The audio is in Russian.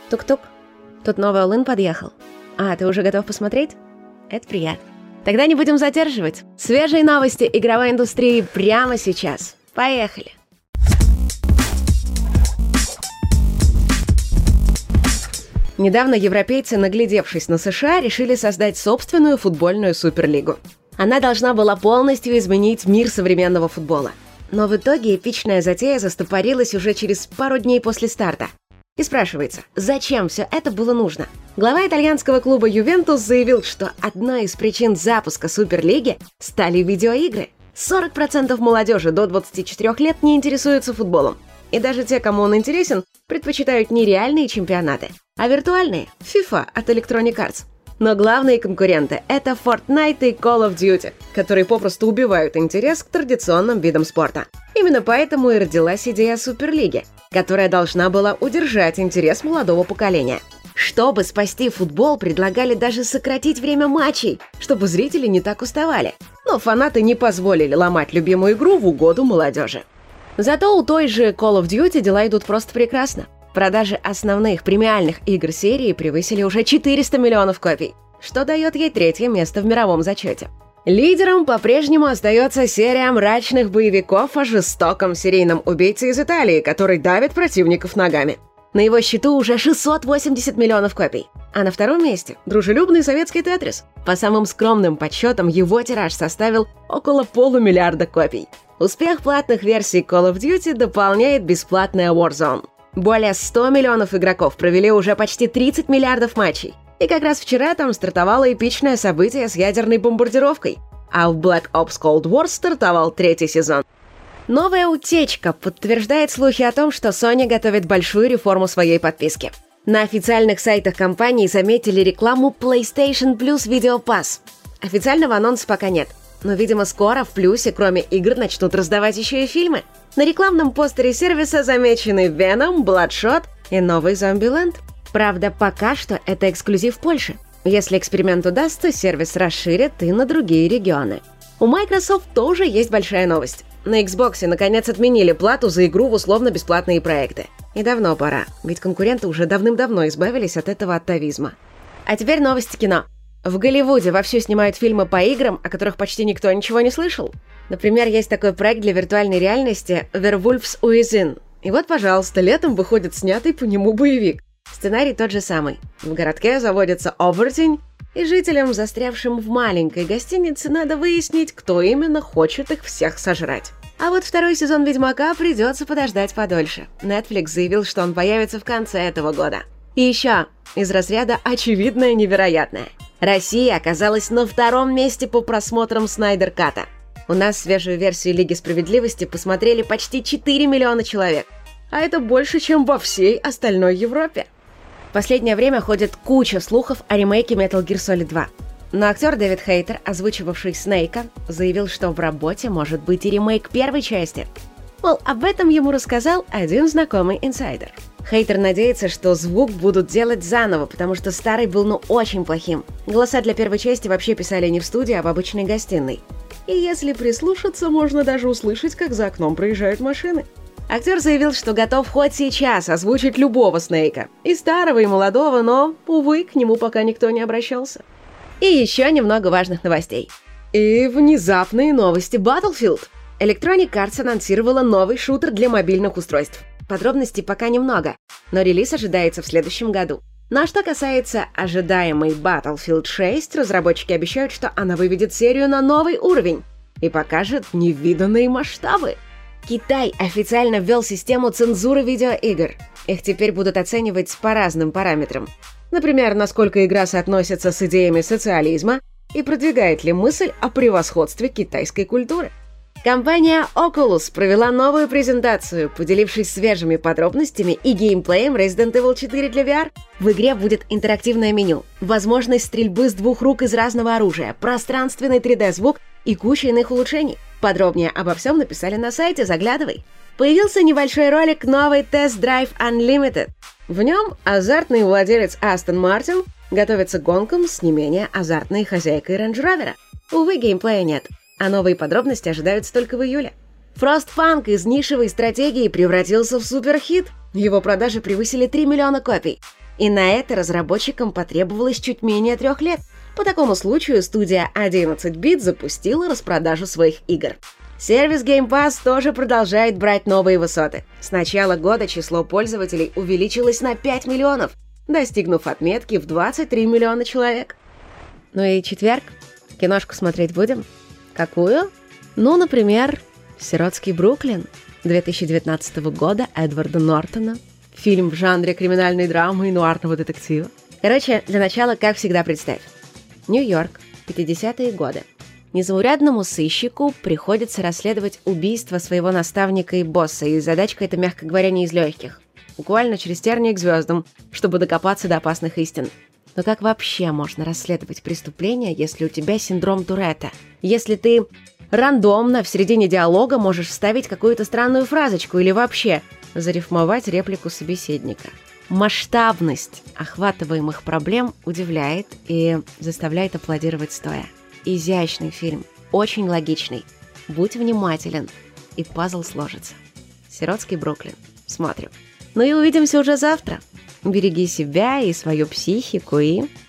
Тук-тук. Тут новый All-in подъехал. А, ты уже готов посмотреть? Это приятно. Тогда не будем задерживать. Свежие новости игровой индустрии прямо сейчас. Поехали! Недавно европейцы, наглядевшись на США, решили создать собственную футбольную суперлигу. Она должна была полностью изменить мир современного футбола. Но в итоге эпичная затея застопорилась уже через пару дней после старта. И спрашивается, зачем все это было нужно? Глава итальянского клуба «Ювентус» заявил, что одной из причин запуска Суперлиги стали видеоигры. 40% молодежи до 24 лет не интересуются футболом. И даже те, кому он интересен, предпочитают не реальные чемпионаты, а виртуальные – FIFA от Electronic Arts. Но главные конкуренты – это Fortnite и Call of Duty, которые попросту убивают интерес к традиционным видам спорта. Именно поэтому и родилась идея Суперлиги, которая должна была удержать интерес молодого поколения. Чтобы спасти футбол, предлагали даже сократить время матчей, чтобы зрители не так уставали. Но фанаты не позволили ломать любимую игру в угоду молодежи. Зато у той же Call of Duty дела идут просто прекрасно. Продажи основных премиальных игр серии превысили уже 400 миллионов копий, что дает ей третье место в мировом зачете. Лидером по-прежнему остается серия мрачных боевиков о жестоком серийном убийце из Италии, который давит противников ногами. На его счету уже 680 миллионов копий. А на втором месте – дружелюбный советский Тетрис. По самым скромным подсчетам, его тираж составил около полумиллиарда копий. Успех платных версий Call of Duty дополняет бесплатная Warzone. Более 100 миллионов игроков провели уже почти 30 миллиардов матчей. И как раз вчера там стартовало эпичное событие с ядерной бомбардировкой. А в Black Ops Cold War стартовал третий сезон. Новая утечка подтверждает слухи о том, что Sony готовит большую реформу своей подписки. На официальных сайтах компании заметили рекламу PlayStation Plus Video Pass. Официального анонса пока нет. Но, видимо, скоро в плюсе, кроме игр, начнут раздавать еще и фильмы. На рекламном постере сервиса замечены Venom, Bloodshot и новый Zombieland. Правда, пока что это эксклюзив Польши. Если эксперимент удастся, сервис расширят и на другие регионы. У Microsoft тоже есть большая новость. На Xbox наконец отменили плату за игру в условно-бесплатные проекты. И давно пора, ведь конкуренты уже давным-давно избавились от этого атовизма. А теперь новости кино. В Голливуде вовсю снимают фильмы по играм, о которых почти никто ничего не слышал. Например, есть такой проект для виртуальной реальности Werewolves Within. И вот, пожалуйста, летом выходит снятый по нему боевик. Сценарий тот же самый. В городке заводится оборотень, и жителям, застрявшим в маленькой гостинице, надо выяснить, кто именно хочет их всех сожрать. А вот второй сезон «Ведьмака» придется подождать подольше. Netflix заявил, что он появится в конце этого года. И еще из разряда «очевидное невероятное». Россия оказалась на втором месте по просмотрам Снайдер-ката. У нас свежую версию Лиги Справедливости посмотрели почти 4 миллиона человек. А это больше, чем во всей остальной Европе. В последнее время ходит куча слухов о ремейке Metal Gear Solid 2. Но актер Дэвид Хейтер, озвучивавший Снейка, заявил, что в работе может быть и ремейк первой части. Мол, об этом ему рассказал один знакомый инсайдер. Хейтер надеется, что звук будут делать заново, потому что старый был очень плохим. Голоса для первой части вообще писали не в студии, а в обычной гостиной. И если прислушаться, можно даже услышать, как за окном проезжают машины. Актер заявил, что готов хоть сейчас озвучить любого Снейка. И старого, и молодого, но, увы, к нему пока никто не обращался. И еще немного важных новостей. И внезапные новости Battlefield. Electronic Arts анонсировала новый шутер для мобильных устройств. Подробностей пока немного, но релиз ожидается в следующем году. Ну а что касается ожидаемой Battlefield 6, разработчики обещают, что она выведет серию на новый уровень и покажет невиданные масштабы. Китай официально ввел систему цензуры видеоигр. Их теперь будут оценивать по разным параметрам. Например, насколько игра соотносится с идеями социализма и продвигает ли мысль о превосходстве китайской культуры. Компания Oculus провела новую презентацию, поделившись свежими подробностями и геймплеем Resident Evil 4 для VR. В игре будет интерактивное меню, возможность стрельбы с двух рук из разного оружия, пространственный 3D-звук и куча иных улучшений. Подробнее обо всем написали на сайте, заглядывай. Появился небольшой ролик новый Test Drive Unlimited. В нем азартный владелец Aston Martin готовится к гонкам с не менее азартной хозяйкой Range Rover. Увы, геймплея нет. А новые подробности ожидаются только в июле. Frostpunk из нишевой стратегии превратился в суперхит. Его продажи превысили 3 миллиона копий. И на это разработчикам потребовалось чуть менее 3 лет. По такому случаю студия 11-бит запустила распродажу своих игр. Сервис Game Pass тоже продолжает брать новые высоты. С начала года число пользователей увеличилось на 5 миллионов, достигнув отметки в 23 миллиона человек. Ну и четверг. Киношку смотреть будем? Какую? Ну, например, «Сиротский Бруклин» 2019 года Эдварда Нортона. Фильм в жанре криминальной драмы и нуарного детектива. Короче, для начала, как всегда, представь. Нью-Йорк, 50-е годы. Незаурядному сыщику приходится расследовать убийство своего наставника и босса, и задачка эта, мягко говоря, не из легких. Буквально через тернии к звездам, чтобы докопаться до опасных истин. Но как вообще можно расследовать преступление, если у тебя синдром Туретта? Если ты рандомно в середине диалога можешь вставить какую-то странную фразочку или вообще зарифмовать реплику собеседника. Масштабность охватываемых проблем удивляет и заставляет аплодировать стоя. Изящный фильм, очень логичный. Будь внимателен, и пазл сложится. «Сиротский Бруклин». Смотрим. Ну и увидимся уже завтра. Береги себя и свою психику, и